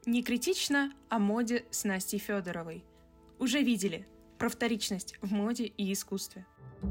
Не критично о моде с Настей Федоровой. Уже видели про вторичность в моде и искусстве.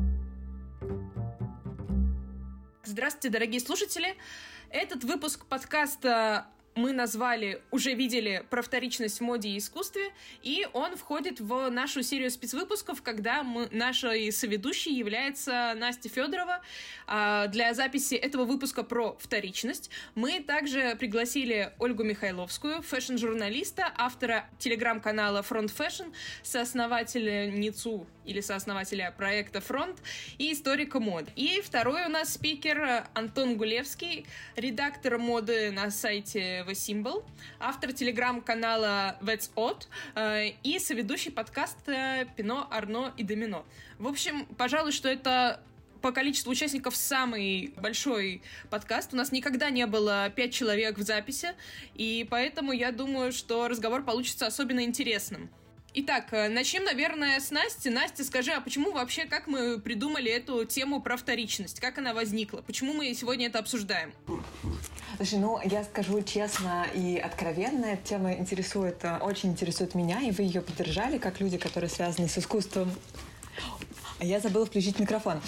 Здравствуйте, дорогие слушатели! Этот выпуск подкаста мы назвали «Уже видели про вторичность в моде и искусстве», и он входит в нашу серию спецвыпусков, когда нашей соведущей является Настя Федорова. Для записи этого выпуска про вторичность мы также пригласили Ольгу Михайловскую, фэшн-журналиста, автора телеграм-канала Front Fashion, соосновательницу или сооснователя проекта Front и историка моды. И второй у нас спикер Антон Гулевский, редактор моды на сайте The Symbol, автор телеграм-канала That's Odd и соведущий подкаста Пино, Арно и Домино. В общем, пожалуй, что это по количеству участников самый большой подкаст. У нас никогда не было 5 человек в записи, и поэтому я думаю, что разговор получится особенно интересным. Итак, начнем, наверное, с Насти. Настя, скажи, а почему вообще, как мы придумали эту тему про вторичность? Как она возникла? Почему мы сегодня это обсуждаем? Слушай, я скажу честно и откровенно, эта тема очень интересует меня, и вы ее поддержали, как люди, которые связаны с искусством. А я забыла включить микрофон.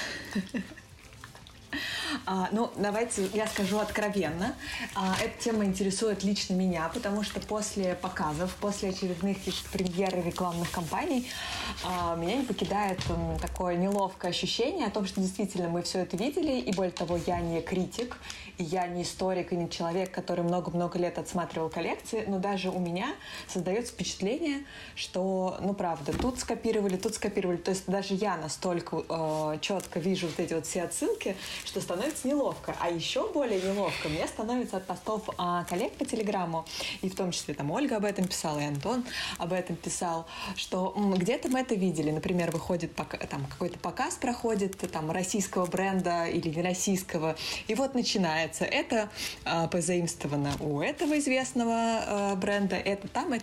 Давайте я скажу откровенно. Эта тема интересует лично меня, потому что после показов, после очередных премьер рекламных кампаний меня не покидает такое неловкое ощущение о том, что действительно мы все это видели, и более того, я не критик, и я не историк, и не человек, который много-много лет отсматривал коллекции, но даже у меня создается впечатление, что, правда, тут скопировали. То есть даже я настолько четко вижу вот эти вот все отсылки, что становится неловко. А еще более неловко мне становится от постов коллег по Телеграму, и в том числе там Ольга об этом писала, и Антон об этом писал, что где-то мы это видели. Например, выходит там какой-то показ проходит там российского бренда или не российского, и вот начинается. Это позаимствовано у этого известного бренда, это там.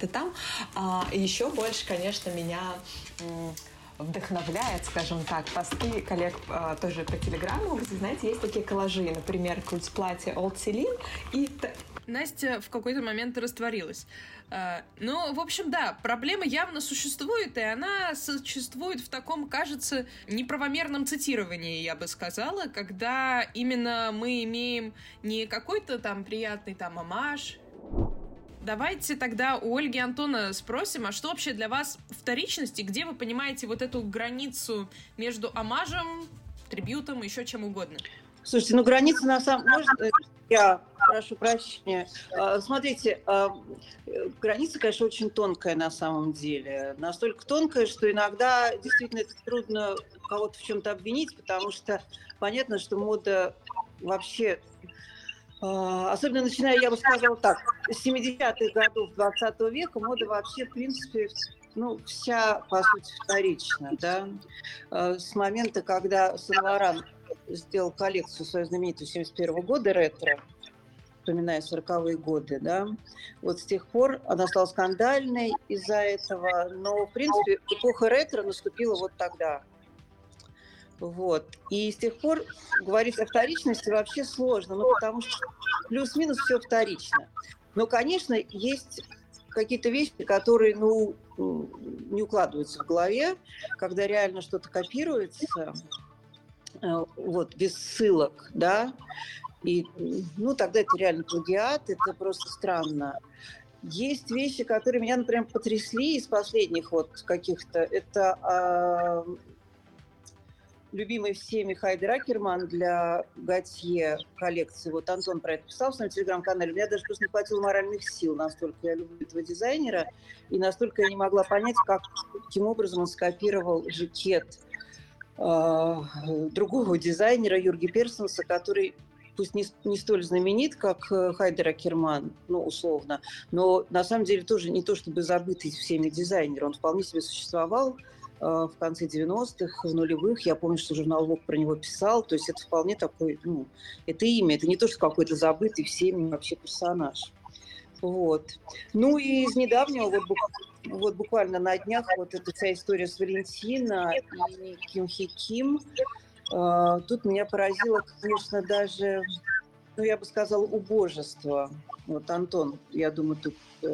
И еще больше, конечно, меня вдохновляет, скажем так, посты коллег тоже по Телеграму, где, знаете, есть такие коллажи, например, платье Old Celine и... Настя в какой-то момент растворилась. В общем, да, проблема явно существует, и она существует в таком, кажется, неправомерном цитировании, я бы сказала, когда именно мы имеем не какой-то там приятный там омаж. Давайте тогда у Ольги и Антона спросим, а что вообще для вас вторичность, и где вы понимаете вот эту границу между омажем, трибьютом и еще чем угодно? Слушайте, граница на самом... Можно я прошу прощения? Смотрите, граница, конечно, очень тонкая на самом деле. Настолько тонкая, что иногда действительно это трудно кого-то в чем-то обвинить, потому что понятно, что мода вообще... Особенно начиная, я бы сказала так, с 70-х годов 20 века мода вообще, в принципе, вся, по сути, вторична, да. С момента, когда Сен-Лоран сделал коллекцию свою знаменитую 71 года, ретро, вспоминая 40-е годы, да, вот с тех пор она стала скандальной из-за этого, но, в принципе, эпоха ретро наступила вот тогда. Вот. И с тех пор говорить о вторичности вообще сложно, потому что плюс-минус все вторично. Но, конечно, есть какие-то вещи, которые, не укладываются в голове, когда реально что-то копируется, без ссылок, да, и, тогда это реально плагиат, это просто странно. Есть вещи, которые меня, например, потрясли из последних каких-то, это... любимый всеми Хайдер Акерман для Готье коллекции. Вот Антон про это писал в своем телеграм-канале. У меня даже просто не хватило моральных сил, настолько я люблю этого дизайнера, и настолько я не могла понять, каким образом он скопировал жакет другого дизайнера, Юрги Персонса, который пусть не столь знаменит, как Хайдер Акерман, условно, но на самом деле тоже не то чтобы забытый всеми дизайнер. Он вполне себе существовал в конце 90-х, в нулевых. Я помню, что журнал Vogue про него писал. То есть это вполне такой, это имя. Это не то, что какой-то забытый всеми вообще персонаж. Вот. И из недавнего, буквально на днях, эта вся история с Валентино и Ким Хи Ким. Тут меня поразило, конечно, даже ну, я бы сказала, убожество. Вот Антон, я думаю, тут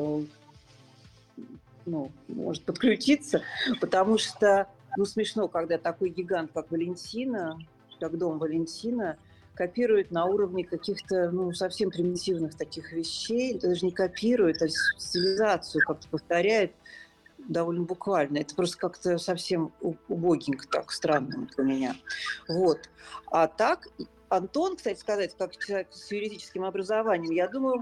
может подключиться, потому что, смешно, когда такой гигант, как Валентина, как дом Валентина, копирует на уровне каких-то, совсем примитивных таких вещей, даже не копирует, а стилизацию как-то повторяет довольно буквально. Это просто как-то совсем убогенько, так странно для меня. Вот. А так, Антон, кстати сказать, как человек с юридическим образованием, я думаю,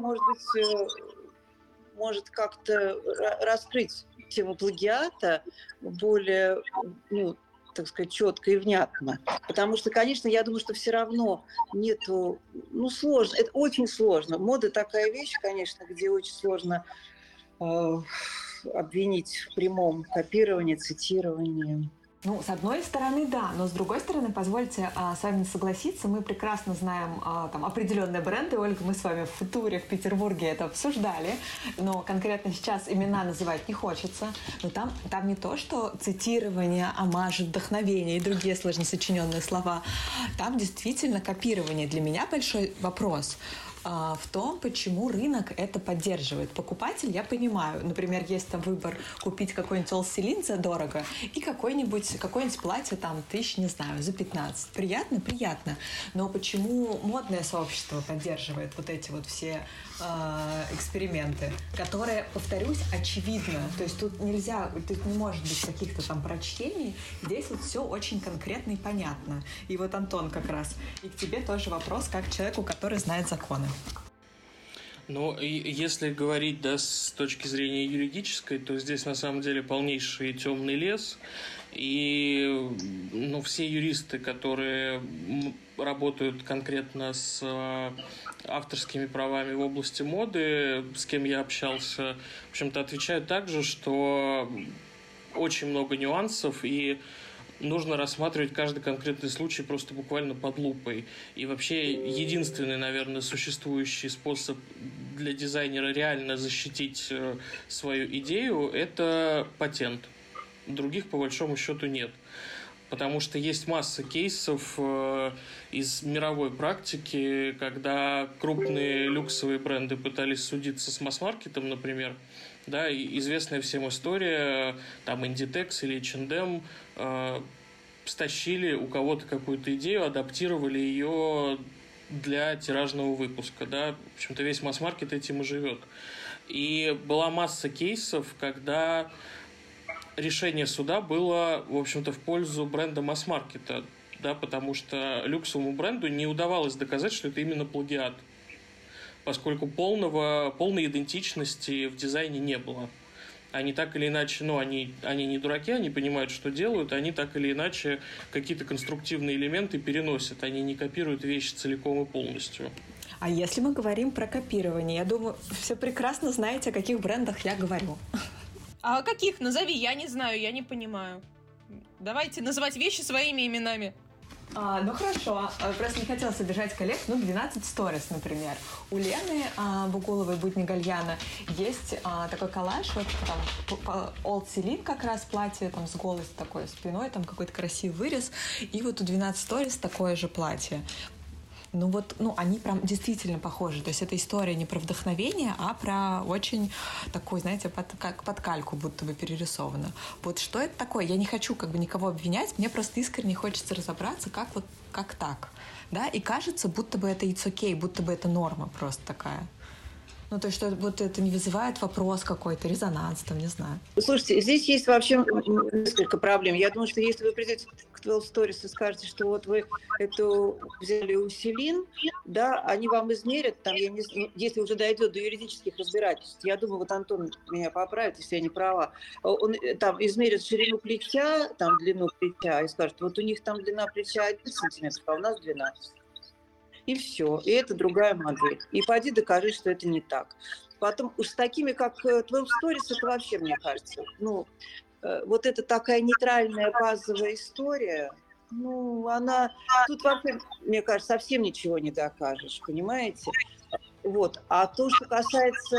может как-то раскрыть тему плагиата более, так сказать, четко и внятно. Потому что, конечно, я думаю, что все равно нету... сложно. Это очень сложно. Мода такая вещь, конечно, где очень сложно обвинить в прямом копировании, цитировании. С одной стороны, да, но с другой стороны, позвольте с вами согласиться, мы прекрасно знаем там определенные бренды. Ольга, мы с вами в Футуре в Петербурге это обсуждали, но конкретно сейчас имена называть не хочется. Но там не то, что цитирование, омаж, вдохновение и другие сложно сочиненные слова. Там действительно копирование. Для меня большой вопрос в том, почему рынок это поддерживает. Покупатель, я понимаю, например, есть там выбор купить какой-нибудь All-Celine за дорого и какое-нибудь платье там не знаю, за 15. Приятно? Приятно. Но почему модное сообщество поддерживает вот эти вот все эксперименты, которые, повторюсь, очевидно. То есть тут не может быть каких-то там прочтений. Здесь вот все очень конкретно и понятно. И вот, Антон, как раз, и к тебе тоже вопрос, как человеку, который знает законы. Если говорить, с точки зрения юридической, то здесь на самом деле полнейший темный лес. И все юристы, которые работают конкретно с авторскими правами в области моды, с кем я общался, в общем-то, отвечают также, что очень много нюансов, и нужно рассматривать каждый конкретный случай просто буквально под лупой. И вообще единственный, наверное, существующий способ для дизайнера реально защитить свою идею – это патент. Других, по большому счету, нет. Потому что есть масса кейсов из мировой практики, когда крупные люксовые бренды пытались судиться с масс-маркетом, например. Да, и известная всем история, там Inditex или H&M стащили у кого-то какую-то идею, адаптировали ее для тиражного выпуска. Да. В общем-то, весь масс-маркет этим и живет. И была масса кейсов, когда решение суда было, в общем-то, в пользу бренда масс-маркета, да, потому что люксовому бренду не удавалось доказать, что это именно плагиат, поскольку полной идентичности в дизайне не было. Они так или иначе, они не дураки, они понимают, что делают, они так или иначе какие-то конструктивные элементы переносят, они не копируют вещи целиком и полностью. А если мы говорим про копирование, я думаю, все прекрасно знаете, о каких брендах я говорю. А каких? Назови, я не знаю, я не понимаю. Давайте называть вещи своими именами. Хорошо, просто не хотела содержать коллег, 12 Stories, например. У Лены Бугуловой, Будни Гальяна, есть такой коллаж, вот там All-Celine как раз платье, там с голой такой спиной, там какой-то красивый вырез, и вот у 12 Stories такое же платье. Они прям действительно похожи. То есть это история не про вдохновение, а про очень такой, знаете, как под кальку будто бы перерисовано. Вот что это такое? Я не хочу никого обвинять, мне просто искренне хочется разобраться, как так. Да? И кажется, будто бы это it's okay, будто бы это норма просто такая. То есть, что вот это не вызывает вопрос какой-то, резонанс, там, не знаю. Слушайте, здесь есть вообще несколько проблем. Я думаю, что если вы придете к 12 Stories и скажете, что вот вы эту взяли у Celine, да, они вам измерят, там, если уже дойдет до юридических разбирательств, я думаю, вот Антон меня поправит, если я не права, он там измерит ширину плеча, там, длину плеча, и скажет, вот у них там длина плеча 1 сантиметр, а у нас 12. И все. И это другая модель. И пойди докажи, что это не так. Потом уж с такими, как 12 Stories, это вообще, мне кажется, вот это такая нейтральная базовая история, она... Тут вообще, мне кажется, совсем ничего не докажешь, понимаете? Вот. А то, что касается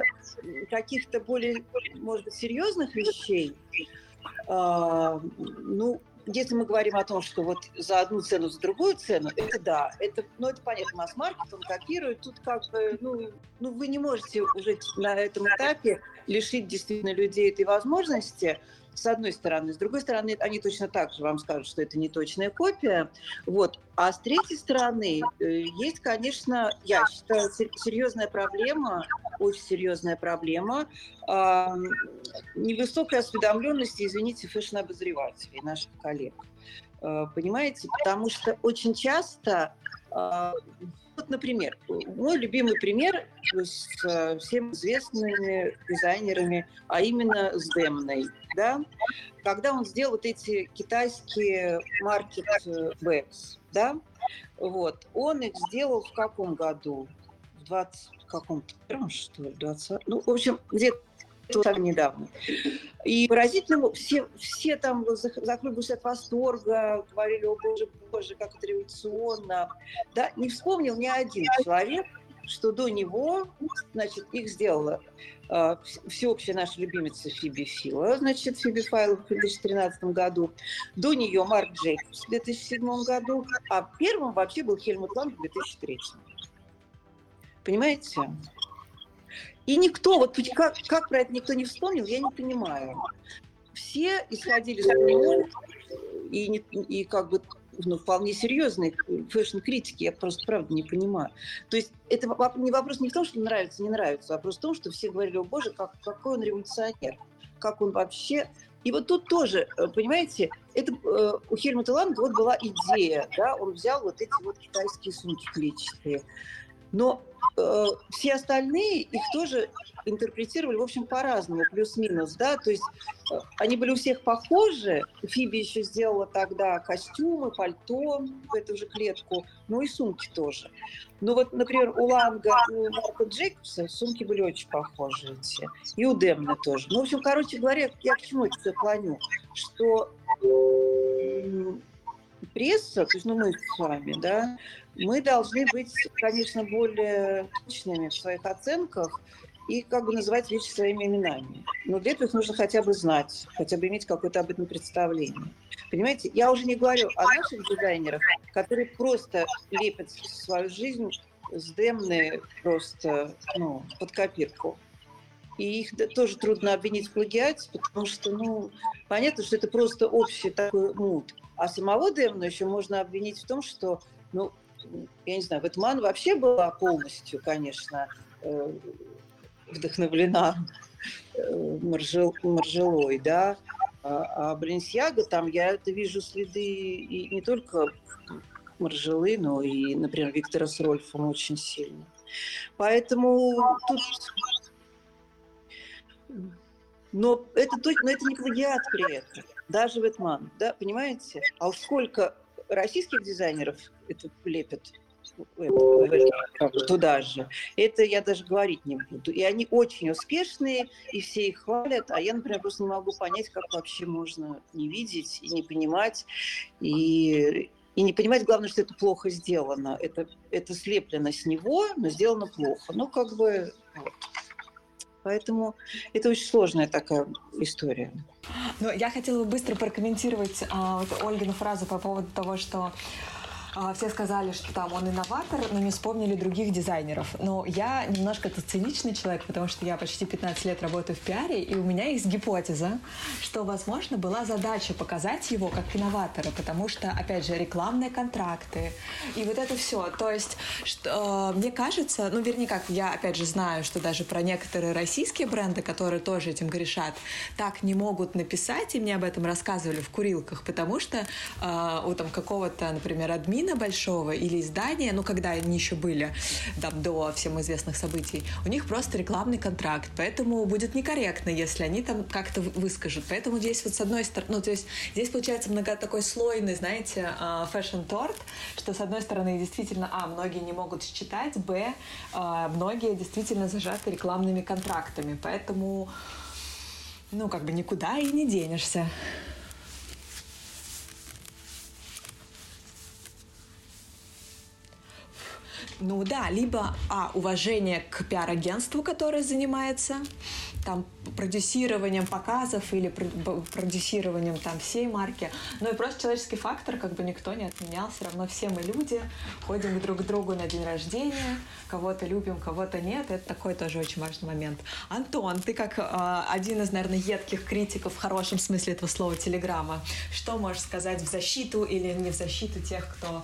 каких-то более, может быть, серьезных вещей, если мы говорим о том, что вот за одну цену, за другую цену, это да, это понятно, масс-маркет, он копирует, тут как бы, вы не можете уже на этом этапе лишить действительно людей этой возможности, с одной стороны. С другой стороны, они точно так же вам скажут, что это не точная копия. Вот. А с третьей стороны, есть, конечно, я считаю, серьезная проблема, очень серьезная проблема невысокой осведомленности, извините, фэшн-обозревателей, наших коллег. Понимаете? Потому что очень часто... Вот, например, мой любимый пример с всем известными дизайнерами, а именно с Демной, да? Когда он сделал вот эти китайские market bags, да? Вот. Он их сделал в каком году? В 21-м, что ли, 20? Ну, в общем, где-то совсем недавно. И поразительно, все там захлебывались от восторга, говорили: о боже, как это революционно. Да, не вспомнил ни один человек, что до него, значит, их сделала всеобщая наша любимица Фиби Фила, значит, Фиби Файл в 2013 году. До нее Марк Джейкобс в 2007 году, а первым вообще был Хельмут Ланг в 2003. Понимаете? И никто, вот как про это никто не вспомнил, я не понимаю. Все исходили с того, и как бы вполне серьезные фэшн-критики, я просто правда не понимаю. То есть это вопрос не в том, что нравится, не нравится, а вопрос в том, что все говорили: о боже, какой он революционер, как он вообще... И вот тут тоже, понимаете, это у Хельмута Ланга вот была идея, да, он взял вот эти вот китайские сумки клетчатые. Но все остальные их тоже интерпретировали, в общем, по-разному, плюс-минус, да, то есть они были у всех похожи. Фиби еще сделала тогда костюмы, пальто в эту же клетку, ну и сумки тоже. Но вот, например, у Ланга и у Марка Джейкобса сумки были очень похожи эти, и у Демны тоже. Ну, в общем, короче говоря, я к чему это все клоню, что пресса, то есть, мы с вами, да, мы должны быть, конечно, более точными в своих оценках и как бы называть вещи своими именами. Но для этого их нужно хотя бы знать, хотя бы иметь какое-то об этом представление. Понимаете, я уже не говорю о наших дизайнерах, которые просто лепят свою жизнь с Демны просто, под копирку. И их тоже трудно обвинить в плагиате, потому что, понятно, что это просто общий такой мут. А самого Демну еще можно обвинить в том, что, я не знаю, Вэтман вообще была полностью, конечно, вдохновлена Маржелой, да, а Баленсиаго, там я это вижу следы и не только Маржелы, но и, например, Виктора с Рольфом очень сильно. Поэтому тут... Но это не плагиат при этом, даже Вэтман, да, понимаете? А уж сколько российских дизайнеров это лепят туда же, это я даже говорить не буду. И они очень успешные, и все их хвалят, а я, например, просто не могу понять, как вообще можно не видеть и не понимать, и не понимать, главное, что это плохо сделано. Это слеплено с него, но сделано плохо. Вот. Поэтому это очень сложная такая история. Но я хотела бы быстро прокомментировать Ольгину фразу по поводу того, что все сказали, что там он инноватор, но не вспомнили других дизайнеров. Но я немножко циничный человек, потому что я почти 15 лет работаю в пиаре, и у меня есть гипотеза, что, возможно, была задача показать его как инноватора, потому что, опять же, рекламные контракты и вот это все. То есть, мне кажется, я, опять же, знаю, что даже про некоторые российские бренды, которые тоже этим грешат, так не могут написать, и мне об этом рассказывали в курилках, потому что у какого-то, например, админа большого или издания, когда они еще были там, до всем известных событий, у них просто рекламный контракт, поэтому будет некорректно, если они там как-то выскажут. Поэтому здесь вот с одной стороны, то есть здесь получается такой слойный, знаете, фэшн-торт, что с одной стороны действительно, многие не могут считать, многие действительно зажаты рекламными контрактами, поэтому, никуда и не денешься. Ну да, либо уважение к пиар-агентству, которое занимается там продюсированием показов или продюсированием там всей марки. Ну и просто человеческий фактор как бы никто не отменял. Все равно все мы люди, ходим друг к другу на день рождения, кого-то любим, кого-то нет. Это такой тоже очень важный момент. Антон, ты как один из, наверное, едких критиков в хорошем смысле этого слова Телеграма, что можешь сказать в защиту или не в защиту тех, кто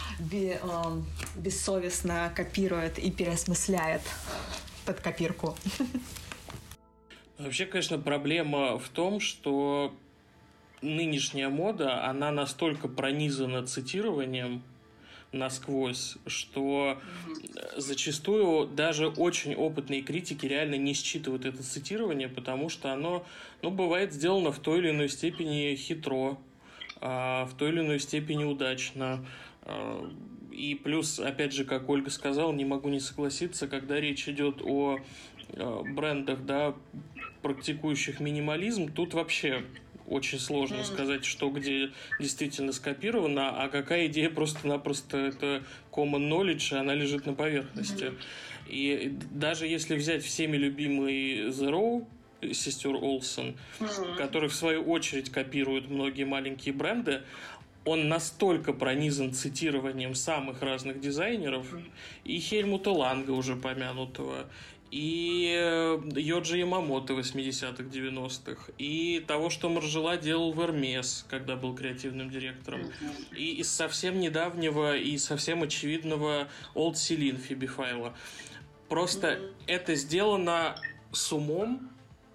бессовестно копирует и переосмысляет под копирку? Вообще, конечно, проблема в том, что нынешняя мода, она настолько пронизана цитированием насквозь, что зачастую даже очень опытные критики реально не считывают это цитирование, потому что оно, бывает сделано в той или иной степени хитро, в той или иной степени удачно. И плюс, опять же, как Ольга сказала, не могу не согласиться, когда речь идет о брендах, да, практикующих минимализм, тут вообще очень сложно сказать, что где действительно скопировано, а какая идея просто-напросто это common knowledge, и она лежит на поверхности. И даже если взять всеми любимый The Row, сестер Олсен, который в свою очередь копирует многие маленькие бренды, он настолько пронизан цитированием самых разных дизайнеров, и Хельмута Ланга, уже помянутого, и Йоджи Ямамото 80-х, 90-х, и того, что Маржела делал в Hermès, когда был креативным директором, и из совсем недавнего и совсем очевидного Old Celine Фиби Файла. Просто это сделано с умом,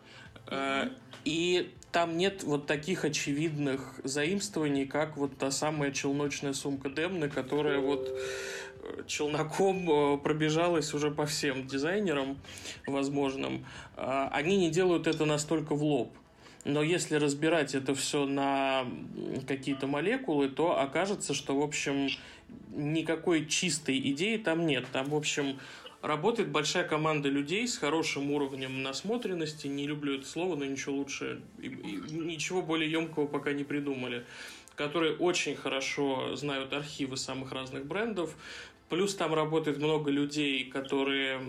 и там нет вот таких очевидных заимствований, как вот та самая челночная сумка Демны, которая вот челноком пробежалась уже по всем дизайнерам возможным. Они не делают это настолько в лоб. Но если разбирать это все на какие-то молекулы, то окажется, что, в общем, никакой чистой идеи там нет. Там, в общем, работает большая команда людей с хорошим уровнем насмотренности. Не люблю это слово, но ничего лучше, ничего более емкого пока не придумали. Которые очень хорошо знают архивы самых разных брендов. Плюс там работает много людей, которые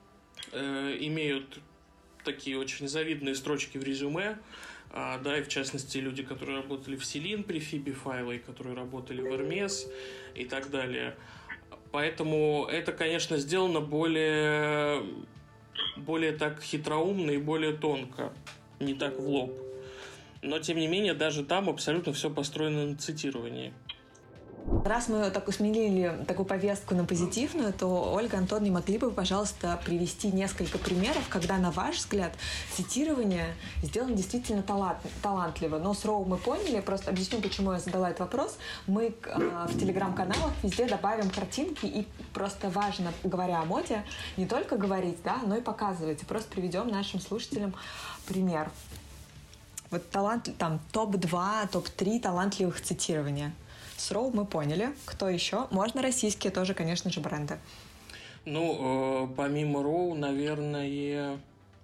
имеют такие очень завидные строчки в резюме. Да, и в частности люди, которые работали в Celine при Фиби Файле, которые работали в Hermès и так далее. Поэтому это, конечно, сделано более так хитроумно и более тонко, не так в лоб. Но, тем не менее, даже там абсолютно все построено на цитировании. Раз мы так сменили такую повестку на позитивную, то, Ольга, Антон, не могли бы, пожалуйста, привести несколько примеров, когда, на ваш взгляд, цитирование сделано действительно талантливо. Но с Роу мы поняли, просто объясню, почему я задала этот вопрос. Мы в телеграм-каналах везде добавим картинки, и просто важно, говоря о моде, не только говорить, да, но и показывать. И просто приведем нашим слушателям пример. Вот там топ-2, топ-3 талантливых цитирования. С Роу мы поняли. Кто еще? Можно российские тоже, конечно же, бренды. Помимо Роу, наверное,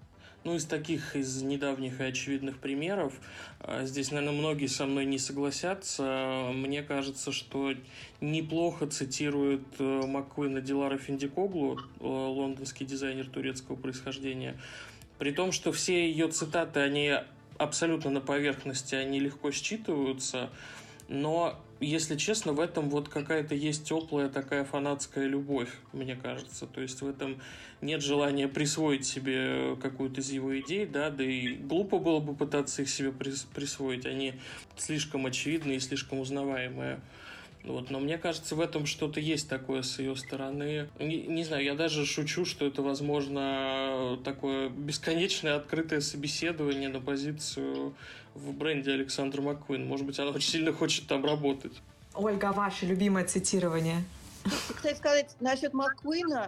из недавних и очевидных примеров, здесь, наверное, многие со мной не согласятся. Мне кажется, что неплохо цитирует Маккуина Дилара Финдикоглу, лондонский дизайнер турецкого происхождения. При том, что все ее цитаты, они абсолютно на поверхности, они легко считываются, но, если честно, в этом вот какая-то есть теплая такая фанатская любовь, мне кажется. То есть в этом нет желания присвоить себе какую-то из его идей, да и глупо было бы пытаться их себе присвоить, они слишком очевидные и слишком узнаваемые. Но мне кажется, в этом что-то есть такое с ее стороны. Не знаю, я даже шучу, что это, возможно, такое бесконечное открытое собеседование на позицию в бренде Александр Маккуин. Может быть, она очень сильно хочет там работать. Ольга, ваше любимое цитирование? Кстати сказать, насчет Маккуина,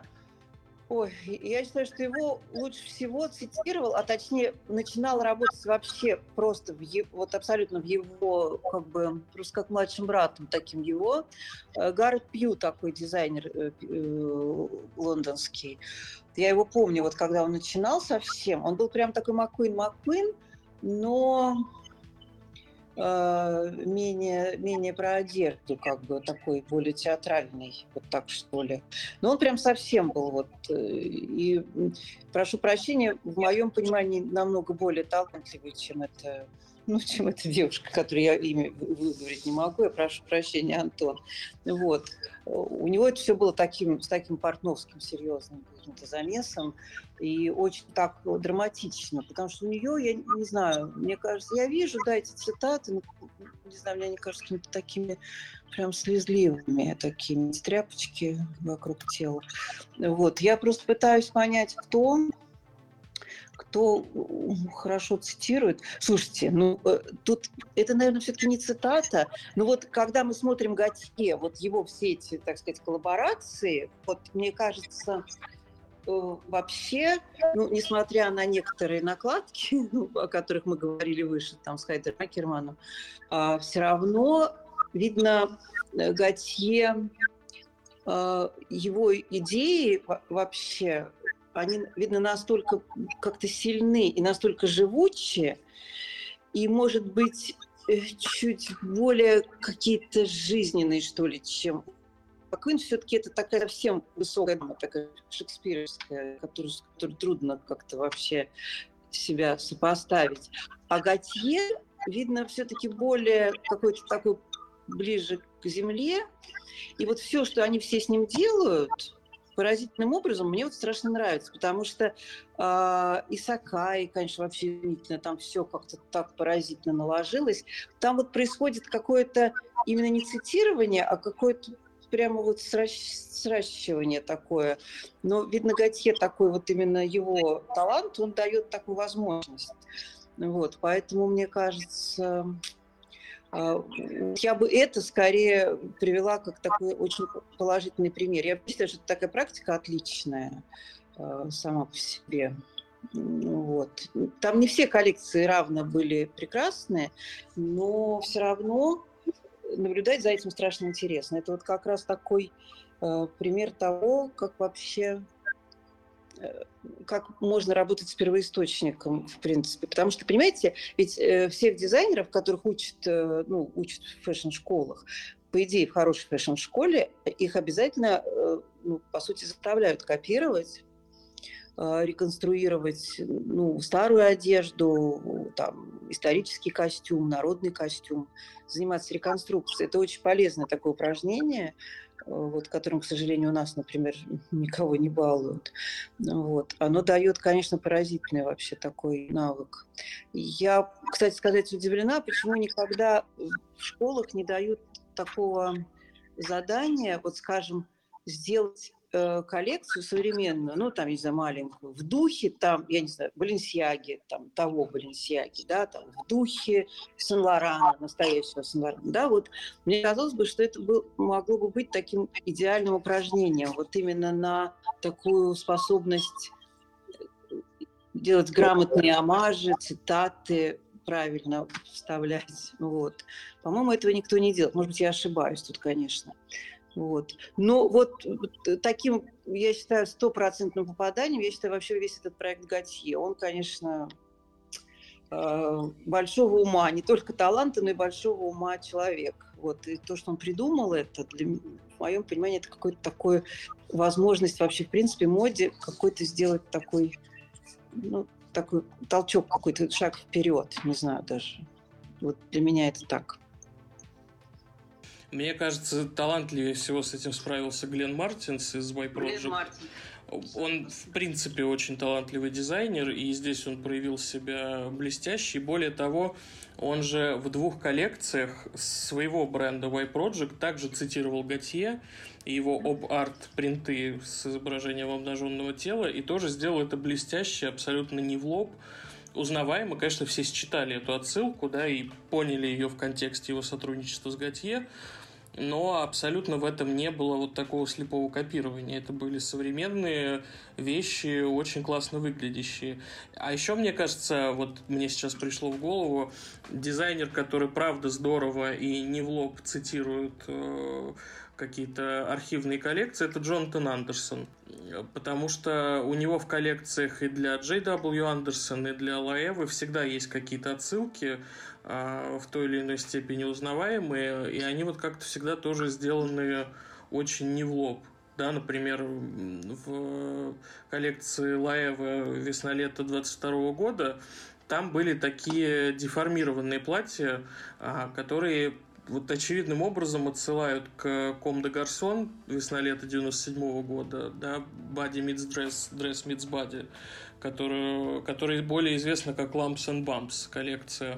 я считаю, что его лучше всего цитировал, а точнее начинал работать вообще просто абсолютно в его, просто как младшим братом таким его, Гаррет Пью, такой дизайнер лондонский. Я его помню, когда он начинал совсем, он был прям такой Маккуин, но менее про одежду, как бы такой более театральный, вот так что ли. Но он прям совсем был вот. И прошу прощения, в моем понимании намного более талантливый, чем эта девушка, которую я имя выговорить не могу, я прошу прощения, Антон. Вот. У него это все было с таким портновским серьезным каким-то замесом, и очень так драматично, потому что у нее, я не знаю, мне кажется, я вижу, да, эти цитаты, но, не знаю, мне они кажутся какими-то такими прям слезливыми, такими тряпочки вокруг тела. Вот. Я просто пытаюсь понять, кто хорошо цитирует. Слушайте, тут это, наверное, все-таки не цитата, но вот когда мы смотрим Готье, вот его все эти, так сказать, коллаборации, вот мне кажется, вообще, несмотря на некоторые накладки, о которых мы говорили выше, там, с Хайдером Акерманом, все равно видно Готье, его идеи вообще, они, видно, настолько как-то сильны и настолько живучие, и, может быть, чуть более какие-то жизненные, что ли, чем... Квин все-таки это такая совсем высокая, такая шекспировская, которой трудно как-то вообще себя сопоставить. А Готье, видно, все-таки более какой-то такой ближе к земле. И вот все, что они все с ним делают, поразительным образом, мне вот страшно нравится, потому что и Сакай, конечно, вообще там все как-то так поразительно наложилось. Там вот происходит какое-то именно не цитирование, а какое-то прямо вот сращивание такое. Но, видно, Готье такой вот именно его талант, он дает такую возможность. Вот, поэтому, мне кажется, я бы это скорее привела как такой очень положительный пример. Я считаю, что это такая практика отличная сама по себе. Вот. Там не все коллекции равно были прекрасные, но все равно наблюдать за этим страшно интересно. Это вот как раз такой пример того, как вообще как можно работать с первоисточником, в принципе. Потому что, понимаете, ведь всех дизайнеров, которых учат в фэшн-школах, по идее, в хорошей фэшн-школе, их обязательно, по сути, заставляют копировать, реконструировать старую одежду, там, исторический костюм, народный костюм, заниматься реконструкцией. Это очень полезное такое упражнение, вот, которым, к сожалению, у нас, например, никого не балуют. Вот. Оно дает, конечно, поразительный вообще такой навык. Я, кстати сказать, удивлена, почему никогда в школах не дают такого задания, вот, скажем, сделать коллекцию современную, там, не знаю, маленькую, в духе, там, я не знаю, Баленсиаги, там, того Баленсиаги, да, там, в духе Сен-Лорана, настоящего Сен-Лорана, да, вот, мне казалось бы, что это могло бы быть таким идеальным упражнением, вот именно на такую способность делать грамотные омажи, цитаты, правильно вставлять, вот. По-моему, этого никто не делает, может быть, я ошибаюсь тут, конечно. Вот. Но вот таким, я считаю, 100% попаданием, я считаю, вообще весь этот проект Готье, он, конечно, большого ума, не только таланта, но и большого ума человек. Вот. И то, что он придумал, это, в моем понимании, это какой-то такой возможность вообще, в принципе, моде какой-то сделать такой, такой толчок, какой-то шаг вперед, не знаю даже. Вот для меня это так. Мне кажется, талантливее всего с этим справился Глен Мартинс из Y Project. Он, в принципе, очень талантливый дизайнер, и здесь он проявил себя блестяще. И более того, он же в 2 коллекциях своего бренда Y Project также цитировал Готье и его об-арт принты с изображением обнаженного тела, и тоже сделал это блестяще, абсолютно не в лоб. Узнаваемо, конечно, все считали эту отсылку, да, и поняли ее в контексте его сотрудничества с Готье, но абсолютно в этом не было вот такого слепого копирования. Это были современные вещи, очень классно выглядящие. А еще, мне кажется, вот мне сейчас пришло в голову, дизайнер, который правда здорово и не в лоб цитирует какие-то архивные коллекции, это Джонатан Андерсон. Потому что у него в коллекциях и для J.W. Андерсон, и для Лаэвы всегда есть какие-то отсылки в той или иной степени узнаваемые, и они вот как-то всегда тоже сделаны очень не в лоб. Да, например, в коллекции Лаэвы «Весна-лето» 22 года там были такие деформированные платья, которые вот очевидным образом отсылают к Comme des Garçons «Весна-лето» 97 года, да, «Body meets dress, dress meets body», которая более известна как «Lumps and Bumps» коллекция.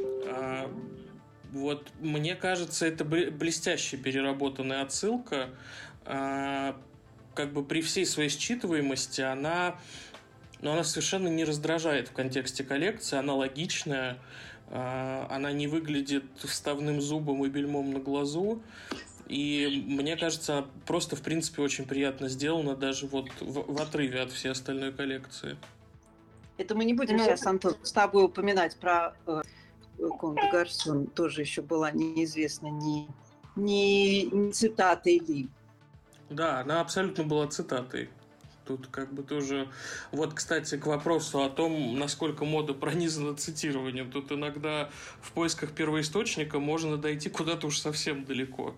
Вот мне кажется, это блестяще переработанная отсылка. Как бы при всей своей считываемости она совершенно не раздражает в контексте коллекции, она логичная, она не выглядит вставным зубом и бельмом на глазу, и мне кажется, она просто в принципе очень приятно сделана даже вот в отрыве от всей остальной коллекции. Это мы не будем сейчас, Антон, с тобой упоминать про Comme des Garçons, тоже еще была неизвестна ни цитатой ли. Да, она абсолютно была цитатой. Тут как бы тоже... Вот, кстати, к вопросу о том, насколько мода пронизана цитированием. Тут иногда в поисках первоисточника можно дойти куда-то уж совсем далеко.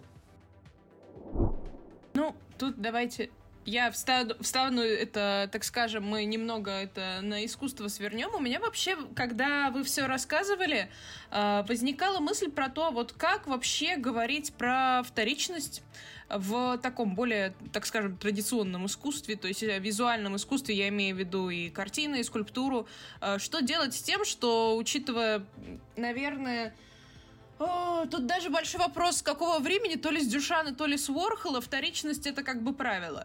Ну, тут давайте... Я встану это, так скажем, мы немного это на искусство свернем. У меня вообще, когда вы все рассказывали, возникала мысль про то, вот как вообще говорить про вторичность в таком более, так скажем, традиционном искусстве, то есть визуальном искусстве, я имею в виду и картины, и скульптуру. Что делать с тем, что, учитывая, наверное... тут даже большой вопрос, с какого времени, то ли с Дюшана, то ли с Уорхола, вторичность — это как бы правило.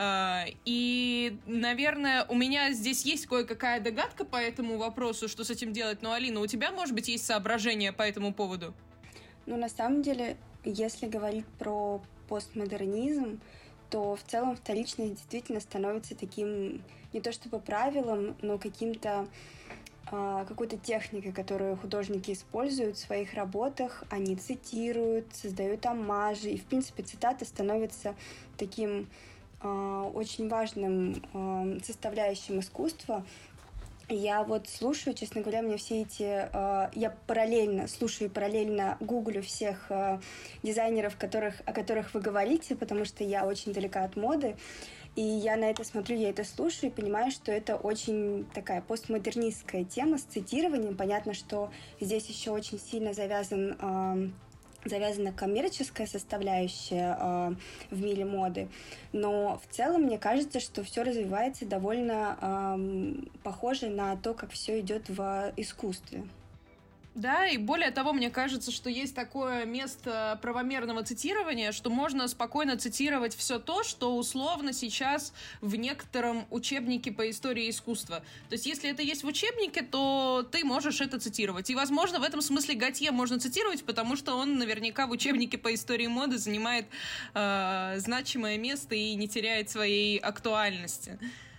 И, наверное, у меня здесь есть кое-какая догадка по этому вопросу, что с этим делать. Но, Алина, у тебя, может быть, есть соображения по этому поводу? Ну, на самом деле, если говорить про постмодернизм, то в целом вторичность действительно становится таким, не то чтобы правилом, но каким-то какой-то техникой, которую художники используют в своих работах. Они цитируют, создают оммажи, и, в принципе, цитата становится таким очень важным составляющим искусства. Я вот слушаю, честно говоря, мне все эти... Я параллельно слушаю и параллельно гуглю всех дизайнеров, о которых вы говорите, потому что я очень далека от моды. И я на это смотрю, я это слушаю и понимаю, что это очень такая постмодернистская тема с цитированием. Понятно, что здесь еще очень сильно завязана коммерческая составляющая в мире моды. Но в целом мне кажется, что все развивается довольно похоже на то, как все идет в искусстве. Да, и более того, мне кажется, что есть такое место правомерного цитирования, что можно спокойно цитировать все то, что условно сейчас в некотором учебнике по истории искусства. То есть, если это есть в учебнике, то ты можешь это цитировать. И, возможно, в этом смысле Готье можно цитировать, потому что он наверняка в учебнике по истории моды занимает значимое место и не теряет своей актуальности.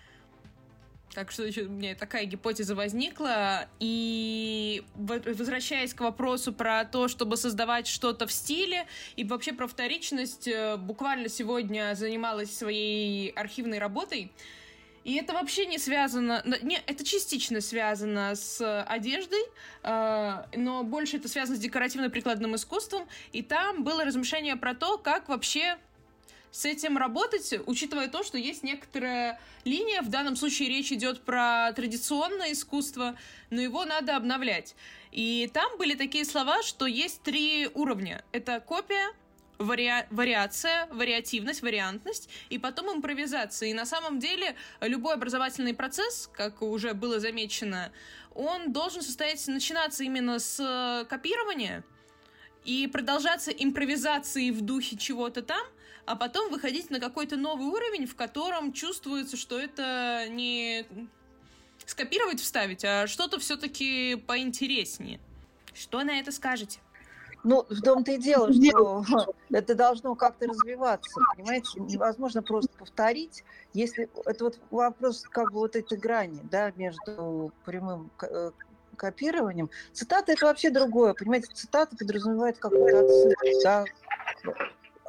Так что у меня такая гипотеза возникла. И возвращаясь к вопросу про то, чтобы создавать что-то в стиле, и вообще про вторичность, буквально сегодня занималась своей архивной работой. И это вообще не связано... это частично связано с одеждой, но больше это связано с декоративно-прикладным искусством. И там было размышление про то, как вообще с этим работать, учитывая то, что есть некоторая линия, в данном случае речь идет про традиционное искусство, но его надо обновлять. И там были такие слова, что есть 3 уровня. Это копия, вариация, вариативность, вариантность, и потом импровизация. И на самом деле любой образовательный процесс, как уже было замечено, он должен начинаться именно с копирования и продолжаться импровизацией в духе чего-то там, а потом выходить на какой-то новый уровень, в котором чувствуется, что это не скопировать, вставить, а что-то все-таки поинтереснее. Что на это скажете? Ну, в том-то и дело, что это должно как-то развиваться, понимаете? Невозможно просто повторить, если... Это вот вопрос как бы вот этой грани, да, между прямым копированием. Цитата – это вообще другое, понимаете? Цитата подразумевает какую-то отсылку, да,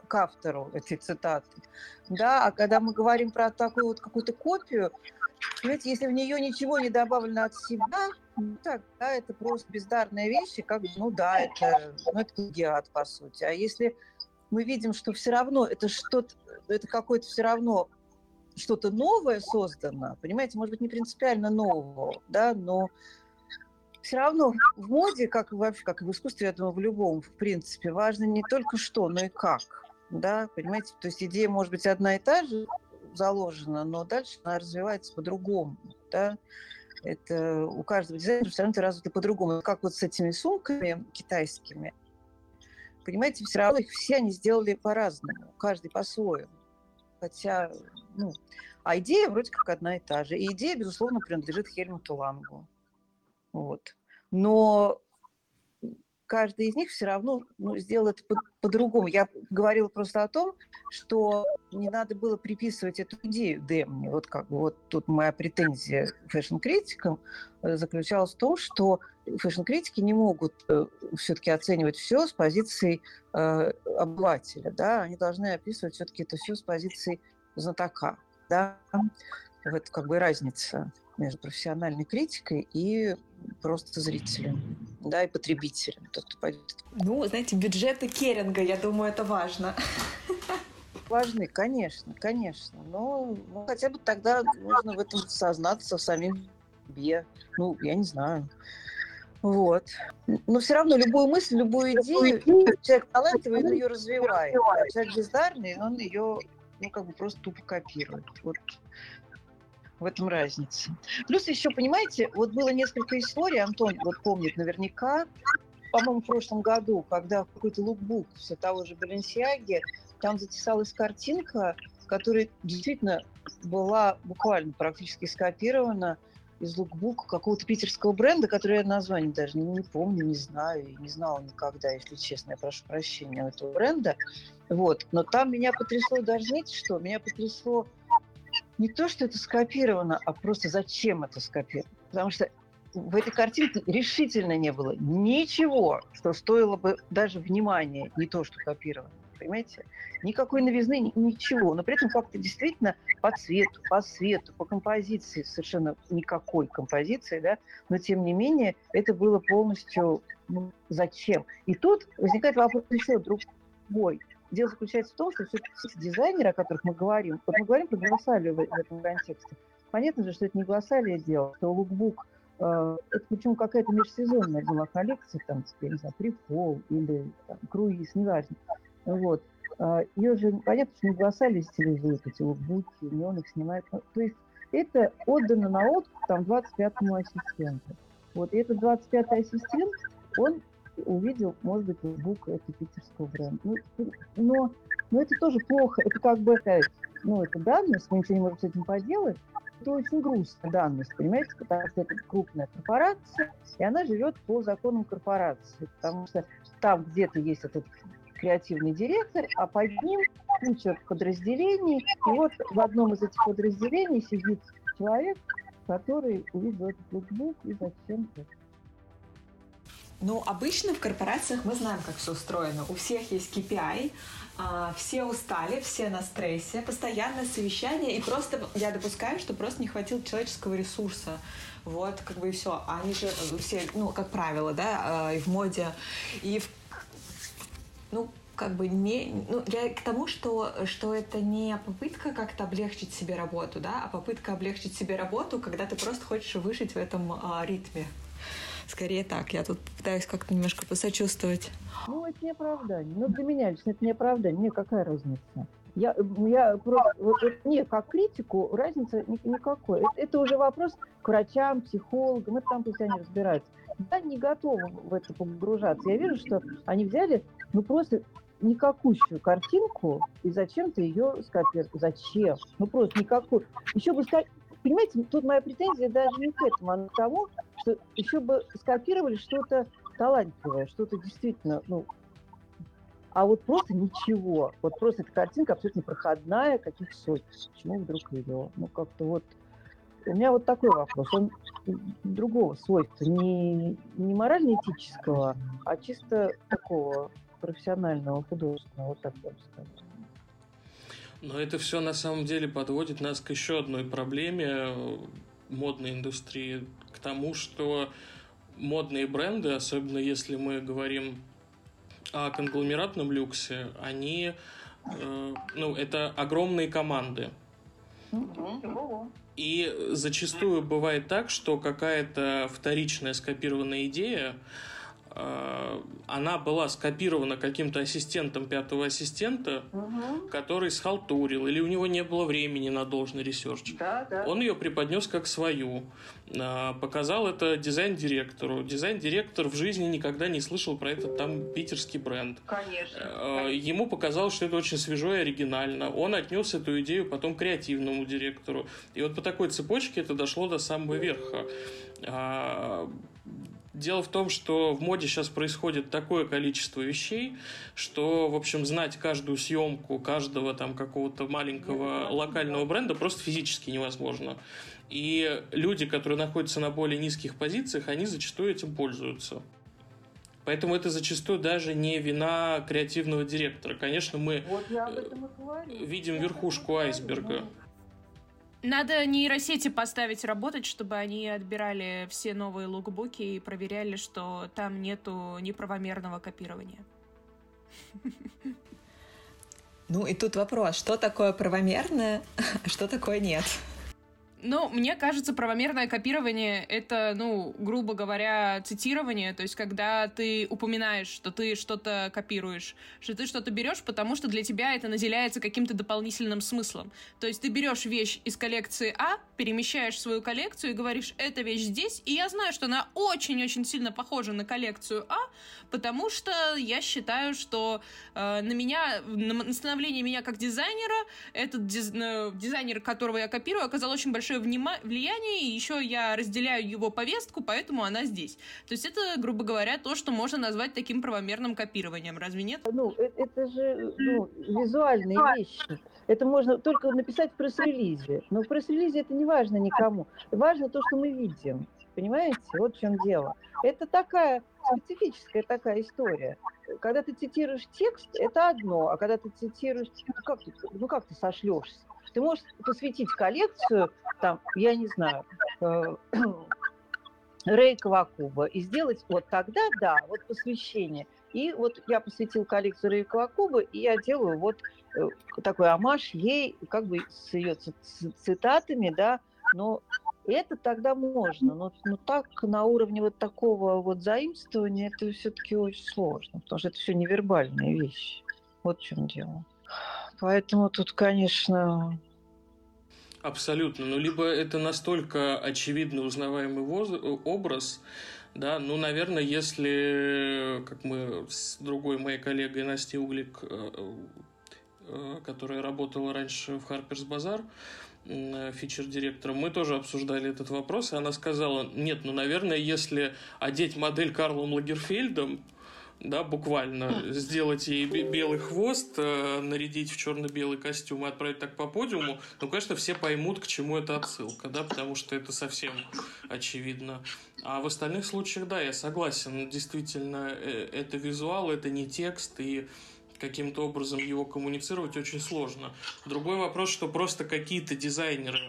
к автору этой цитаты. Да, а когда мы говорим про такую вот какую-то копию, понимаете, если в нее ничего не добавлено от себя, тогда это просто бездарная вещь, и как бы, это плагиат, по сути. А если мы видим, что все равно это что-то, это какое-то все равно что-то новое создано, понимаете, может быть, не принципиально нового, да, но все равно в моде, как и вообще, как и в искусстве, я думаю, в любом, в принципе, важно не только что, но и как, да, понимаете, то есть идея может быть одна и та же заложена, но дальше она развивается по-другому, да, это у каждого дизайнера все равно это развито по-другому, как вот с этими сумками китайскими, понимаете, все равно их все они сделали по-разному, каждый по-своему. Хотя, а идея вроде как одна и та же. И идея, безусловно, принадлежит Хельмуту Лангу. Вот. Но каждый из них все равно сделал это по-другому. Я говорила просто о том, что не надо было приписывать эту идею Демне. Вот как бы вот тут моя претензия к фэшн-критикам заключалась в том, что фэшн-критики не могут все-таки оценивать все с позиции обывателя. Да? Они должны описывать все-таки это все с позиции знатока. Да? Это как бы разница между профессиональной критикой и просто зрителем, да, и потребителем. Тот, кто пойдет. Знаете, бюджеты Керинга, я думаю, это важно. Важны, конечно. Но хотя бы тогда нужно в этом сознаться самим себе. Я не знаю. Вот. Но все равно любую мысль, любую идею, человек талантливый, он ее развивает. А человек бездарный, он ее, просто тупо копирует. Вот. В этом разница. Плюс еще, понимаете, вот было несколько историй, Антон вот помнит наверняка, по-моему, в прошлом году, когда в какой-то лукбук все того же Баленсиаги, там затесалась картинка, которая действительно была буквально практически скопирована из лукбука какого-то питерского бренда, который я название даже не помню, не знаю, и не знала никогда, если честно, я прошу прощения у этого бренда. Вот. Но там меня потрясло даже, знаете что, меня потрясло не то, что это скопировано, а просто зачем это скопировано. Потому что в этой картинке решительно не было ничего, что стоило бы даже внимания, не то, что копировано. Понимаете? Никакой новизны, ничего. Но при этом как-то действительно по цвету, по композиции, совершенно никакой композиции, да, но тем не менее это было полностью зачем. И тут возникает вопрос еще другой. Дело заключается в том, что все дизайнеры, о которых мы говорим, вот мы говорим про глоссалию в этом контексте. Понятно же, что это не глоссалия дело, что лукбук, это причем какая-то межсезонная была коллекция, там, я не знаю, прифол или там, круиз, неважно. Вот. Ее же, понятно, что не глоссалия стилизуют эти лукбуки, не он их снимает. То есть это отдано на откуп там 25-му ассистенту. Вот. И этот 25-й ассистент, он увидел, может быть, лукбук это питерского бренда. Но это тоже плохо. Это как бы, это данность, мы ничего не можем с этим поделать. Это очень грустная данность, понимаете, потому что это крупная корпорация, и она живет по законам корпорации, потому что там где-то есть этот креативный директор, а под ним куча подразделений, и вот в одном из этих подразделений сидит человек, который увидел этот лукбук и зачем-то. Обычно в корпорациях мы знаем, как все устроено. У всех есть KPI, все устали, все на стрессе, постоянное совещание, и просто я допускаю, что просто не хватило человеческого ресурса. Вот, как бы и все. Они же все, как правило, да, и в моде, и я к тому, что это не попытка как-то облегчить себе работу, да, а попытка облегчить себе работу, когда ты просто хочешь выжить в этом ритме. Скорее так. Я тут пытаюсь как-то немножко посочувствовать. Это не оправдание. Для меня лично это не оправдание. Мне какая разница? Я просто... Мне, как критику, разницы никакой. Это уже вопрос к врачам, психологам. Это там пусть они разбираются. Я не готова в это погружаться. Я вижу, что они взяли, просто никакущую картинку и зачем-то ее скопировали. Зачем? Просто никакую. Еще бы сказать... Понимаете, тут моя претензия даже не к этому, а к тому, что еще бы скопировали что-то талантливое, что-то действительно, а вот просто ничего. Вот просто эта картинка абсолютно проходная, каких сотен. Почему вдруг ее? Как-то вот... У меня вот такой вопрос. Он другого свойства, не морально-этического, а чисто такого профессионального, художественного, вот так я бы сказала. Но это все на самом деле подводит нас к еще одной проблеме модной индустрии, к тому, что модные бренды, особенно если мы говорим о конгломератном люксе, они, это огромные команды. И зачастую бывает так, что какая-то вторичная скопированная идея, она была скопирована каким-то ассистентом пятого ассистента, который схалтурил, или у него не было времени на должный ресерч. Он ее преподнес как свою, показал это дизайн-директору. Дизайн-директор в жизни никогда не слышал про этот там питерский бренд. Конечно. Ему показалось, что это очень свежо и оригинально. Он отнес эту идею потом креативному директору. И вот по такой цепочке это дошло до самого верха. Дело в том, что в моде сейчас происходит такое количество вещей, что, в общем, знать каждую съемку каждого там какого-то маленького локального бренда просто физически невозможно. И люди, которые находятся на более низких позициях, они зачастую этим пользуются. Поэтому это зачастую даже не вина креативного директора. Конечно, мы видим верхушку айсберга. Надо нейросети поставить работать, чтобы они отбирали все новые лукбуки и проверяли, что там нету неправомерного копирования. Ну и тут вопрос, что такое правомерное, а что такое нет? Ну, мне кажется, правомерное копирование — это, грубо говоря, цитирование, то есть когда ты упоминаешь, что ты что-то копируешь, что ты что-то берешь, потому что для тебя это наделяется каким-то дополнительным смыслом. То есть ты берешь вещь из коллекции А, перемещаешь в свою коллекцию и говоришь, эта вещь здесь, и я знаю, что она очень-очень сильно похожа на коллекцию А, потому что я считаю, что на становление меня как дизайнера, этот дизайнер, которого я копирую, оказал очень большое влияние, и еще я разделяю его повестку, поэтому она здесь. То есть это, грубо говоря, то, что можно назвать таким правомерным копированием. Разве нет? Это же визуальные вещи. Это можно только написать в пресс-релизе. Но в пресс-релизе это не важно никому. Важно то, что мы видим. Понимаете? Вот в чем дело. Это такая специфическая такая история. Когда ты цитируешь текст, это одно, а когда ты цитируешь... как ты сошлешься? Ты можешь посвятить коллекцию, там, я не знаю, Рэй Кавакуба и сделать вот тогда, да, вот посвящение. И вот я посвятил коллекцию Рэй Кавакуба, и я делаю вот такой омаж ей, как бы с ее цитатами, да, но это тогда можно. Но так на уровне вот такого вот заимствования это все-таки очень сложно, потому что это все невербальные вещи. Вот в чем дело. Поэтому тут, конечно... Абсолютно. Либо это настолько очевидно узнаваемый образ, да, наверное, если, как мы с другой моей коллегой Настей Углик, которая работала раньше в Harper's Bazaar, фичер-директором, мы тоже обсуждали этот вопрос, и она сказала, нет, наверное, если одеть модель Карлом Лагерфельдом, да, буквально сделать ей белый хвост, нарядить в черно-белый костюм и отправить так по подиуму, конечно, все поймут, к чему это отсылка, да, потому что это совсем очевидно. А в остальных случаях, да, я согласен, действительно, это визуал, это не текст, и каким-то образом его коммуницировать очень сложно. Другой вопрос, что просто какие-то дизайнеры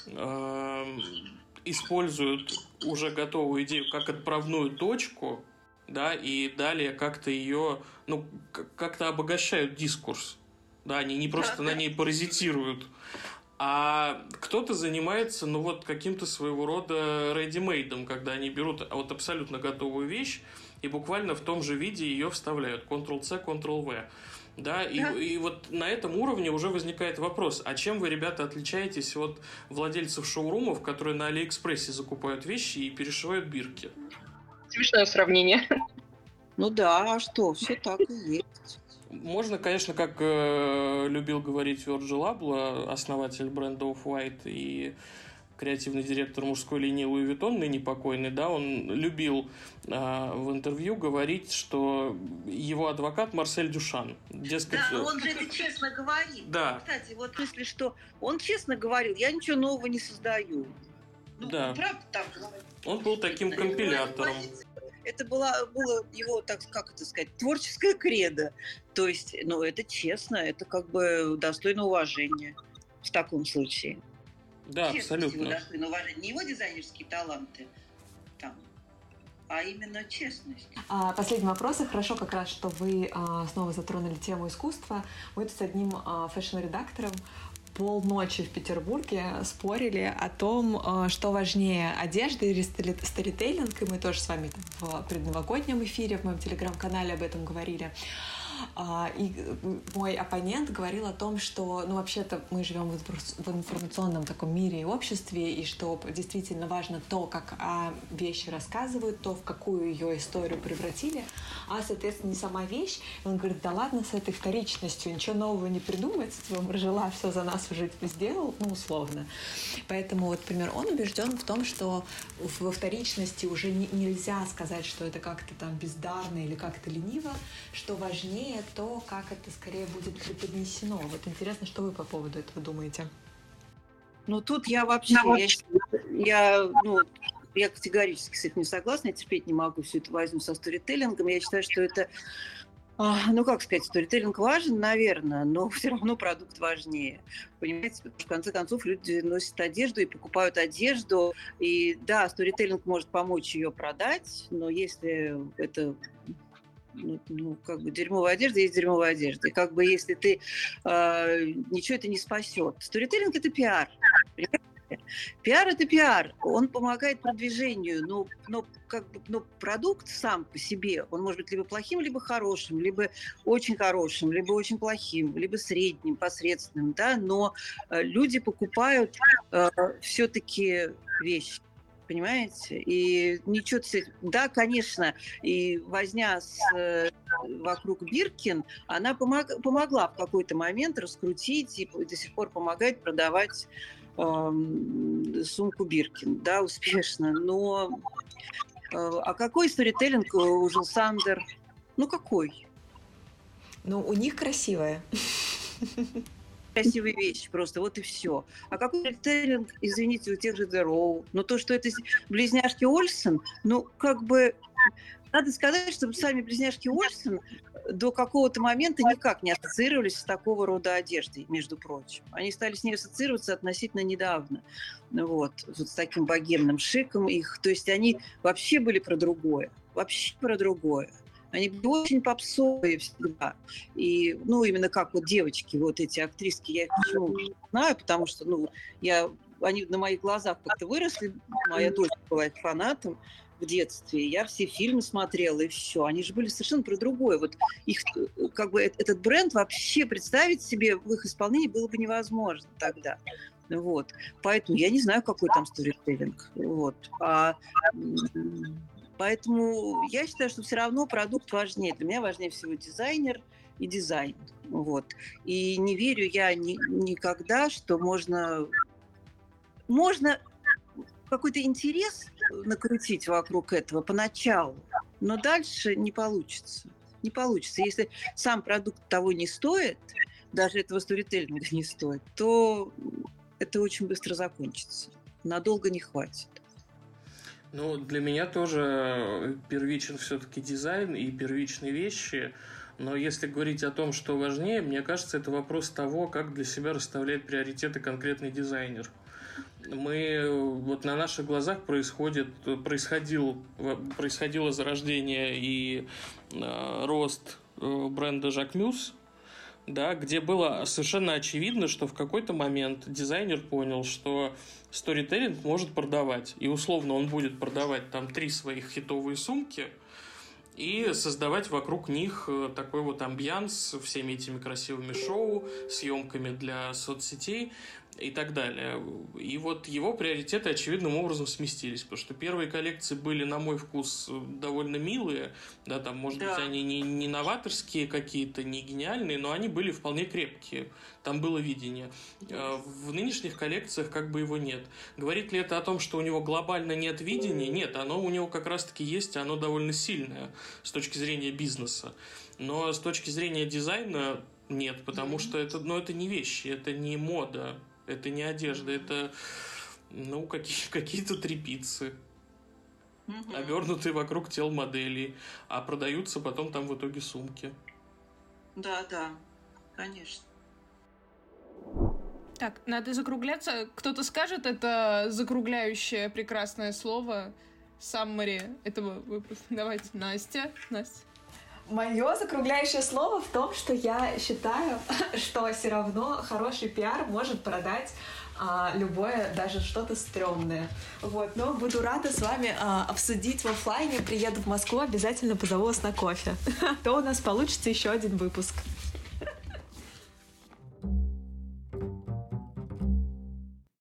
используют уже готовую идею как отправную точку, да, и далее как-то ее, как-то обогащают дискурс. Да, они не просто на ней паразитируют, а кто-то занимается, каким-то своего рода ready-made, когда они берут вот абсолютно готовую вещь и буквально в том же виде ее вставляют. Ctrl-C, Ctrl-V. Да, и вот на этом уровне уже возникает вопрос, а чем вы, ребята, отличаетесь от владельцев шоурумов, которые на Алиэкспрессе закупают вещи и перешивают бирки? Смешное сравнение. Да, а что, все так и есть. Можно, конечно, как любил говорить Вирджил Аблоh, основатель бренда Off-White и креативный директор мужской линии Луи Виттон, ныне покойный, да, он любил в интервью говорить, что его адвокат Марсель Дюшан. Дескать, да, он же это честно говорит. Да. Кстати, вот в смысле, что он честно говорил, я ничего нового не создаю. Да. Правда так говорит. Он был таким компилятором. Это было его, так как это сказать, творческое кредо. То есть, ну, это честно, это как бы достойно уважения в таком случае. Да, Честность абсолютно. его достойно уважения. Не его дизайнерские таланты, там, а именно честность. Последний вопрос. И хорошо как раз, что вы снова затронули тему искусства. Мы тут с одним фэшн-редактором полночи в Петербурге спорили о том, что важнее, одежда или сторителлинг, и мы тоже с вами в предновогоднем эфире в моем телеграм-канале об этом говорили. И мой оппонент говорил о том, что, ну, вообще-то мы живем в информационном таком мире и обществе, и что действительно важно то, как вещи рассказывают, то, в какую ее историю превратили, соответственно, не сама вещь. И он говорит, да ладно с этой вторичностью, ничего нового не придумается, твой Маржела все за нас уже сделал, ну, условно. Поэтому, вот, например, он убежден в том, что во вторичности уже нельзя сказать, что это как-то там бездарно или как-то лениво, что важнее то, как это скорее будет преподнесено. Вот интересно, что вы по поводу этого думаете? Ну, тут я вообще, я категорически с этим не согласна, я терпеть не могу всю эту возню со сторителлингом. Я считаю, что это, ну, как сказать, сторителлинг важен, наверное, но все равно продукт важнее. Понимаете, в конце концов, люди носят одежду и покупают одежду. И да, сторителлинг может помочь ее продать, но если это... Ну, как бы дерьмовая одежда есть дерьмовая одежда. И как бы если ты... ничего это не спасет. Сторителлинг – это пиар. Пиар – это пиар. Он помогает продвижению. Но продукт сам по себе, он может быть либо плохим, либо хорошим, либо очень плохим, либо средним, посредственным. Да? Но люди покупают все-таки вещи. Понимаете? И ничего... Да, конечно, и возня вокруг Биркин, она помогла в какой-то момент раскрутить и до сих пор помогает продавать сумку Биркин. Да, успешно. Но... А какой сторителлинг у Жилсандер? Ну, какой? Ну, у них красивая. Красивые вещи просто, вот и все. А какой сторителлинг, извините, у тех же The Row? Но то, что это близняшки Ольсен, ну, как бы... Надо сказать, что сами близняшки Ольсен до какого-то момента никак не ассоциировались с такого рода одеждой, между прочим. Они стали с ней ассоциироваться относительно недавно. Вот с таким богемным шиком их. То есть они вообще были про другое. Вообще про другое. Они были очень попсовые всегда. И, ну, именно как вот девочки, вот эти актриски, я их почему знаю, потому что, ну, они на моих глазах как-то выросли, моя дочь была их фанатом в детстве, я все фильмы смотрела, и все. Они же были совершенно про другое. Вот их, как бы, этот бренд вообще представить себе в их исполнении было бы невозможно тогда. Вот. Поэтому я не знаю, какой там сторителлинг. Вот. Поэтому я считаю, что все равно продукт важнее. Для меня важнее всего дизайнер и дизайн. Вот. И не верю я никогда, что можно какой-то интерес накрутить вокруг этого поначалу, но дальше не получится. Не получится. Если сам продукт того не стоит, даже этого сторителлинга не стоит, то это очень быстро закончится. Надолго не хватит. Ну, для меня тоже первичен все-таки дизайн и первичные вещи. Но если говорить о том, что важнее, мне кажется, это вопрос того, как для себя расставляет приоритеты конкретный дизайнер. Вот на наших глазах происходило зарождение и рост бренда Jacquemus, да, где было совершенно очевидно, что в какой-то момент дизайнер понял, что сторителлинг может продавать. И условно он будет продавать там 3 своих хитовые сумки и создавать вокруг них такой вот амбианс всеми этими красивыми шоу, съемками для соцсетей и так далее. И вот его приоритеты очевидным образом сместились, потому что первые коллекции были, на мой вкус, довольно милые, да, там, может быть, они не новаторские какие-то, не гениальные, но они были вполне крепкие, там было видение. В нынешних коллекциях как бы его нет. Говорит ли это о том, что у него глобально нет видения? Нет, оно у него как раз-таки есть, оно довольно сильное с точки зрения бизнеса. Но с точки зрения дизайна нет, потому что это не вещи, это не мода. Это не одежда, это, ну, какие-то тряпицы. обернутые вокруг тел моделей, а продаются потом там в итоге сумки. Да, конечно. Так, надо закругляться. Кто-то скажет это закругляющее прекрасное слово саммари этого выпуска? Давайте, Настя. Мое закругляющее слово в том, что я считаю, что все равно хороший пиар может продать любое, даже что-то стрёмное. Вот, но буду рада с вами обсудить в офлайне. Приеду в Москву, обязательно позову вас на кофе. То у нас получится еще один выпуск.